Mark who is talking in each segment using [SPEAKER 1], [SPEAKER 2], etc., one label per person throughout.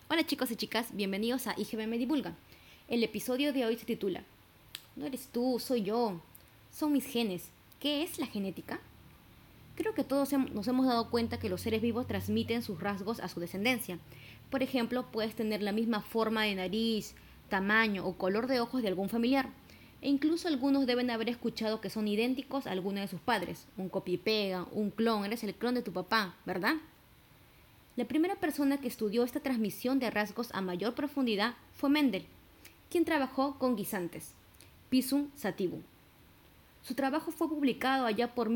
[SPEAKER 1] Hola chicos y chicas, bienvenidos a IGB Me Divulga. El episodio de hoy se titula No eres tú, soy yo. Son mis genes. ¿Qué es la genética? Creo que todos nos hemos dado cuenta que los seres vivos transmiten sus rasgos a su descendencia. Por ejemplo, puedes tener la misma forma de nariz, tamaño o color de ojos de algún familiar. E incluso algunos deben haber escuchado que son idénticos a alguno de sus padres. Un copia y pega, un clon, eres el clon de tu papá, ¿verdad? La primera persona que estudió esta transmisión de rasgos a mayor profundidad fue Mendel, quien trabajó con guisantes, Pisum sativum. Su trabajo fue publicado allá por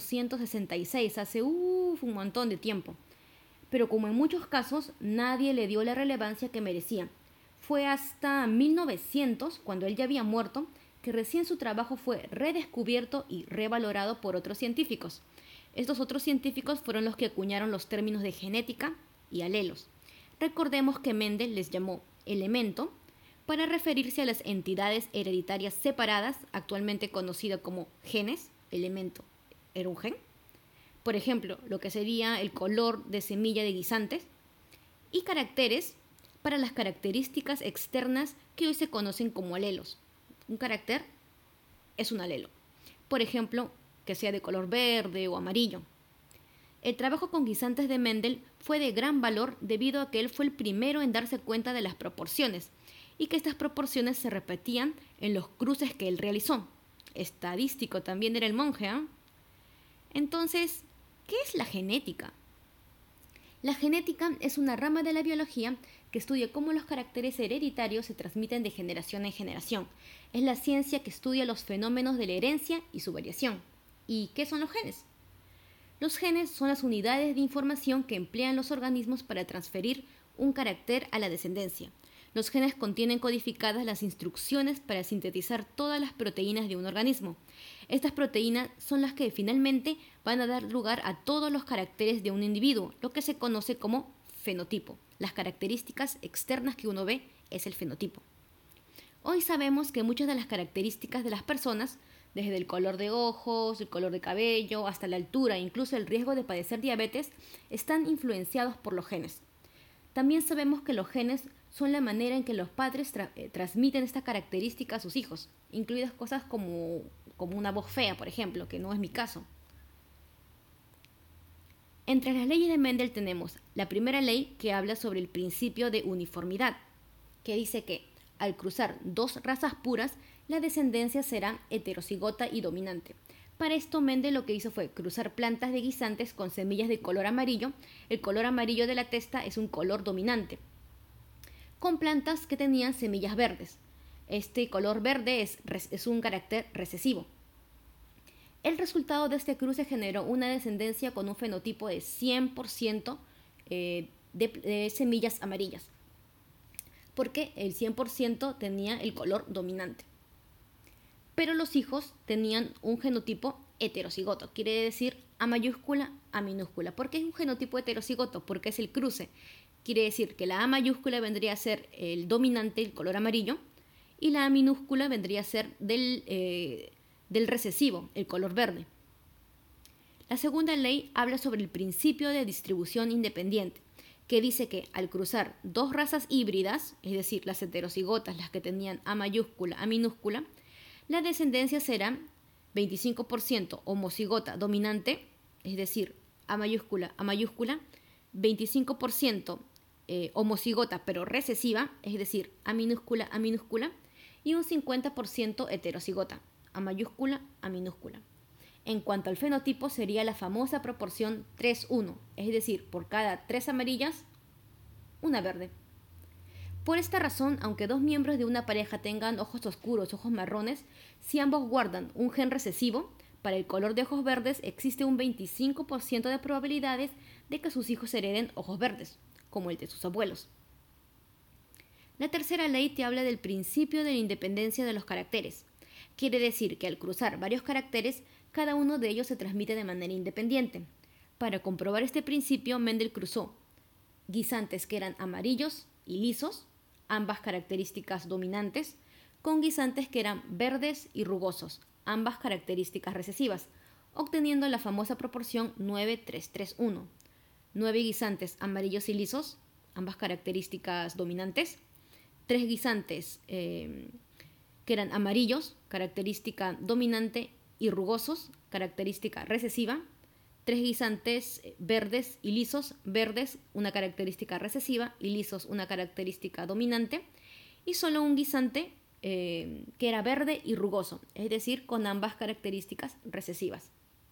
[SPEAKER 1] 1866, hace un montón de tiempo. Pero como en muchos casos, nadie le dio la relevancia que merecía. Fue hasta 1900, cuando él ya había muerto, que recién su trabajo fue redescubierto y revalorado por otros científicos. Estos otros científicos fueron los que acuñaron los términos de genética y alelos. Recordemos que Mendel les llamó elemento para referirse a las entidades hereditarias separadas, actualmente conocidas como genes, elemento era un gen. Por ejemplo, lo que sería el color de semilla de guisantes, y caracteres para las características externas que hoy se conocen como alelos. Un carácter es un alelo. Por ejemplo, que sea de color verde o amarillo. El trabajo con guisantes de Mendel fue de gran valor debido a que él fue el primero en darse cuenta de las proporciones y que estas proporciones se repetían en los cruces que él realizó. Estadístico también era el monje, ¿eh? Entonces, ¿qué es la genética? La genética es una rama de la biología que estudia cómo los caracteres hereditarios se transmiten de generación en generación. Es la ciencia que estudia los fenómenos de la herencia y su variación. ¿Y qué son los genes? Los genes son las unidades de información que emplean los organismos para transferir un carácter a la descendencia. Los genes contienen codificadas las instrucciones para sintetizar todas las proteínas de un organismo. Estas proteínas son las que finalmente van a dar lugar a todos los caracteres de un individuo, lo que se conoce como fenotipo. Las características externas que uno ve es el fenotipo. Hoy sabemos que muchas de las características de las personas, desde el color de ojos, el color de cabello, hasta la altura e incluso el riesgo de padecer diabetes, están influenciados por los genes. También sabemos que los genes son la manera en que los padres transmiten esta característica a sus hijos, incluidas cosas como una voz fea, por ejemplo, que no es mi caso. Entre las leyes de Mendel tenemos la primera ley que habla sobre el principio de uniformidad, que dice que al cruzar dos razas puras, la descendencia será heterocigota y dominante. Para esto Mendel lo que hizo fue cruzar plantas de guisantes con semillas de color amarillo. El color amarillo de la testa es un color dominante, con plantas que tenían semillas verdes. Este color verde es un carácter recesivo. El resultado de este cruce generó una descendencia con un fenotipo de 100% de semillas amarillas, porque el 100% tenía el color dominante. Pero los hijos tenían un genotipo heterocigoto, quiere decir A mayúscula, A minúscula. ¿Por qué es un genotipo heterocigoto? Porque es el cruce. Quiere decir que la A mayúscula vendría a ser el dominante, el color amarillo, y la A minúscula vendría a ser del recesivo, el color verde. La segunda ley habla sobre el principio de distribución independiente, que dice que al cruzar dos razas híbridas, es decir, las heterocigotas, las que tenían A mayúscula, A minúscula, la descendencia será 25% homocigota dominante, es decir, A mayúscula, 25% homocigota pero recesiva, es decir, A minúscula, y un 50% heterocigota, A mayúscula, A minúscula. En cuanto al fenotipo, sería la famosa proporción 3:1, es decir, por cada 3 amarillas, una verde. Por esta razón, aunque dos miembros de una pareja tengan ojos oscuros, ojos marrones, si ambos guardan un gen recesivo, para el color de ojos verdes existe un 25% de probabilidades de que sus hijos hereden ojos verdes, como el de sus abuelos. La tercera ley te habla del principio de la independencia de los caracteres. Quiere decir que al cruzar varios caracteres, cada uno de ellos se transmite de manera independiente. Para comprobar este principio, Mendel cruzó guisantes que eran amarillos y lisos, ambas características dominantes, con guisantes que eran verdes y rugosos, ambas características recesivas, obteniendo la famosa proporción 9:3:3:1. 9 guisantes amarillos y lisos ambas características dominantes. 3 guisantes que eran amarillos, característica dominante, y rugosos, característica recesiva. 3 guisantes verdes y lisos, verdes una característica recesiva y lisos una característica dominante. Y solo un guisante que era verde y rugoso, es decir, con ambas características recesivas.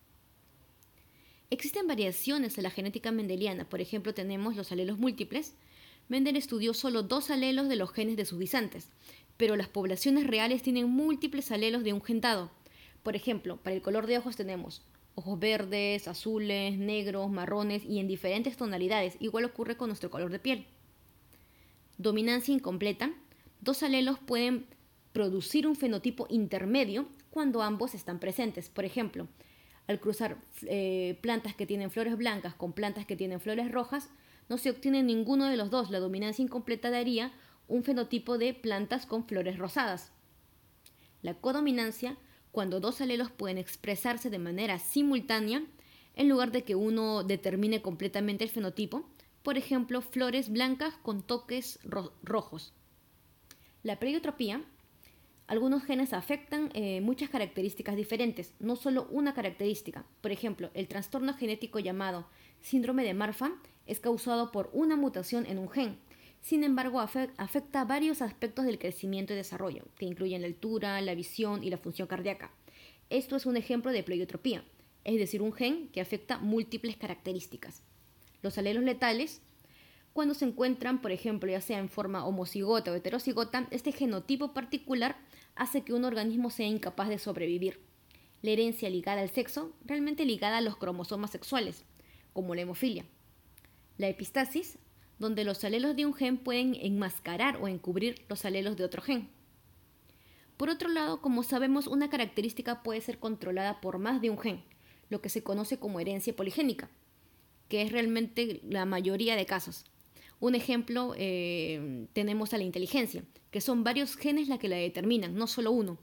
[SPEAKER 1] Existen variaciones en la genética mendeliana, por ejemplo tenemos los alelos múltiples. Mendel estudió solo 2 alelos de los genes de sus guisantes, pero las poblaciones reales tienen múltiples alelos de un gen dado. Por ejemplo, para el color de ojos tenemos ojos verdes, azules, negros, marrones y en diferentes tonalidades. Igual ocurre con nuestro color de piel. Dominancia incompleta. 2 alelos pueden producir un fenotipo intermedio cuando ambos están presentes. Por ejemplo, al cruzar plantas que tienen flores blancas con plantas que tienen flores rojas, no se obtiene ninguno de los dos. La dominancia incompleta daría un fenotipo de plantas con flores rosadas. La codominancia, cuando 2 alelos pueden expresarse de manera simultánea, en lugar de que uno determine completamente el fenotipo, por ejemplo, flores blancas con toques rojos. La pleiotropía. Algunos genes afectan muchas características diferentes, no solo una característica. Por ejemplo, el trastorno genético llamado síndrome de Marfan es causado por una mutación en un gen. Sin embargo, afecta varios aspectos del crecimiento y desarrollo, que incluyen la altura, la visión y la función cardíaca. Esto es un ejemplo de pleiotropía, es decir, un gen que afecta múltiples características. Los alelos letales. Cuando se encuentran, por ejemplo, ya sea en forma homocigota o heterocigota, este genotipo particular hace que un organismo sea incapaz de sobrevivir. La herencia ligada al sexo, realmente ligada a los cromosomas sexuales, como la hemofilia. La epistasis, donde los alelos de un gen pueden enmascarar o encubrir los alelos de otro gen. Por otro lado, como sabemos, una característica puede ser controlada por más de un gen, lo que se conoce como herencia poligénica, que es realmente la mayoría de casos. Un ejemplo, tenemos a la inteligencia, que son varios genes la que la determinan, no solo uno.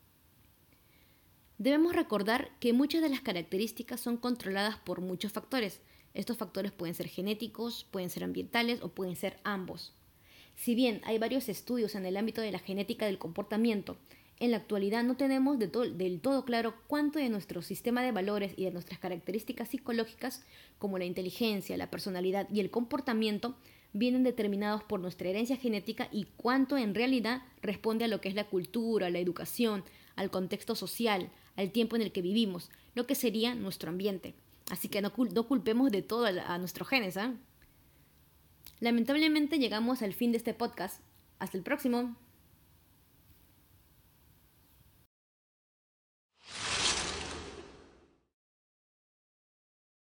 [SPEAKER 1] Debemos recordar que muchas de las características son controladas por muchos factores. Estos factores pueden ser genéticos, pueden ser ambientales o pueden ser ambos. Si bien hay varios estudios en el ámbito de la genética del comportamiento, en la actualidad no tenemos del todo claro cuánto de nuestro sistema de valores y de nuestras características psicológicas, como la inteligencia, la personalidad y el comportamiento, vienen determinados por nuestra herencia genética y cuánto en realidad responde a lo que es la cultura, la educación, al contexto social, al tiempo en el que vivimos, lo que sería nuestro ambiente. Así que no culpemos de todo a nuestros genes, ¿eh? Lamentablemente llegamos al fin de este podcast. Hasta el próximo.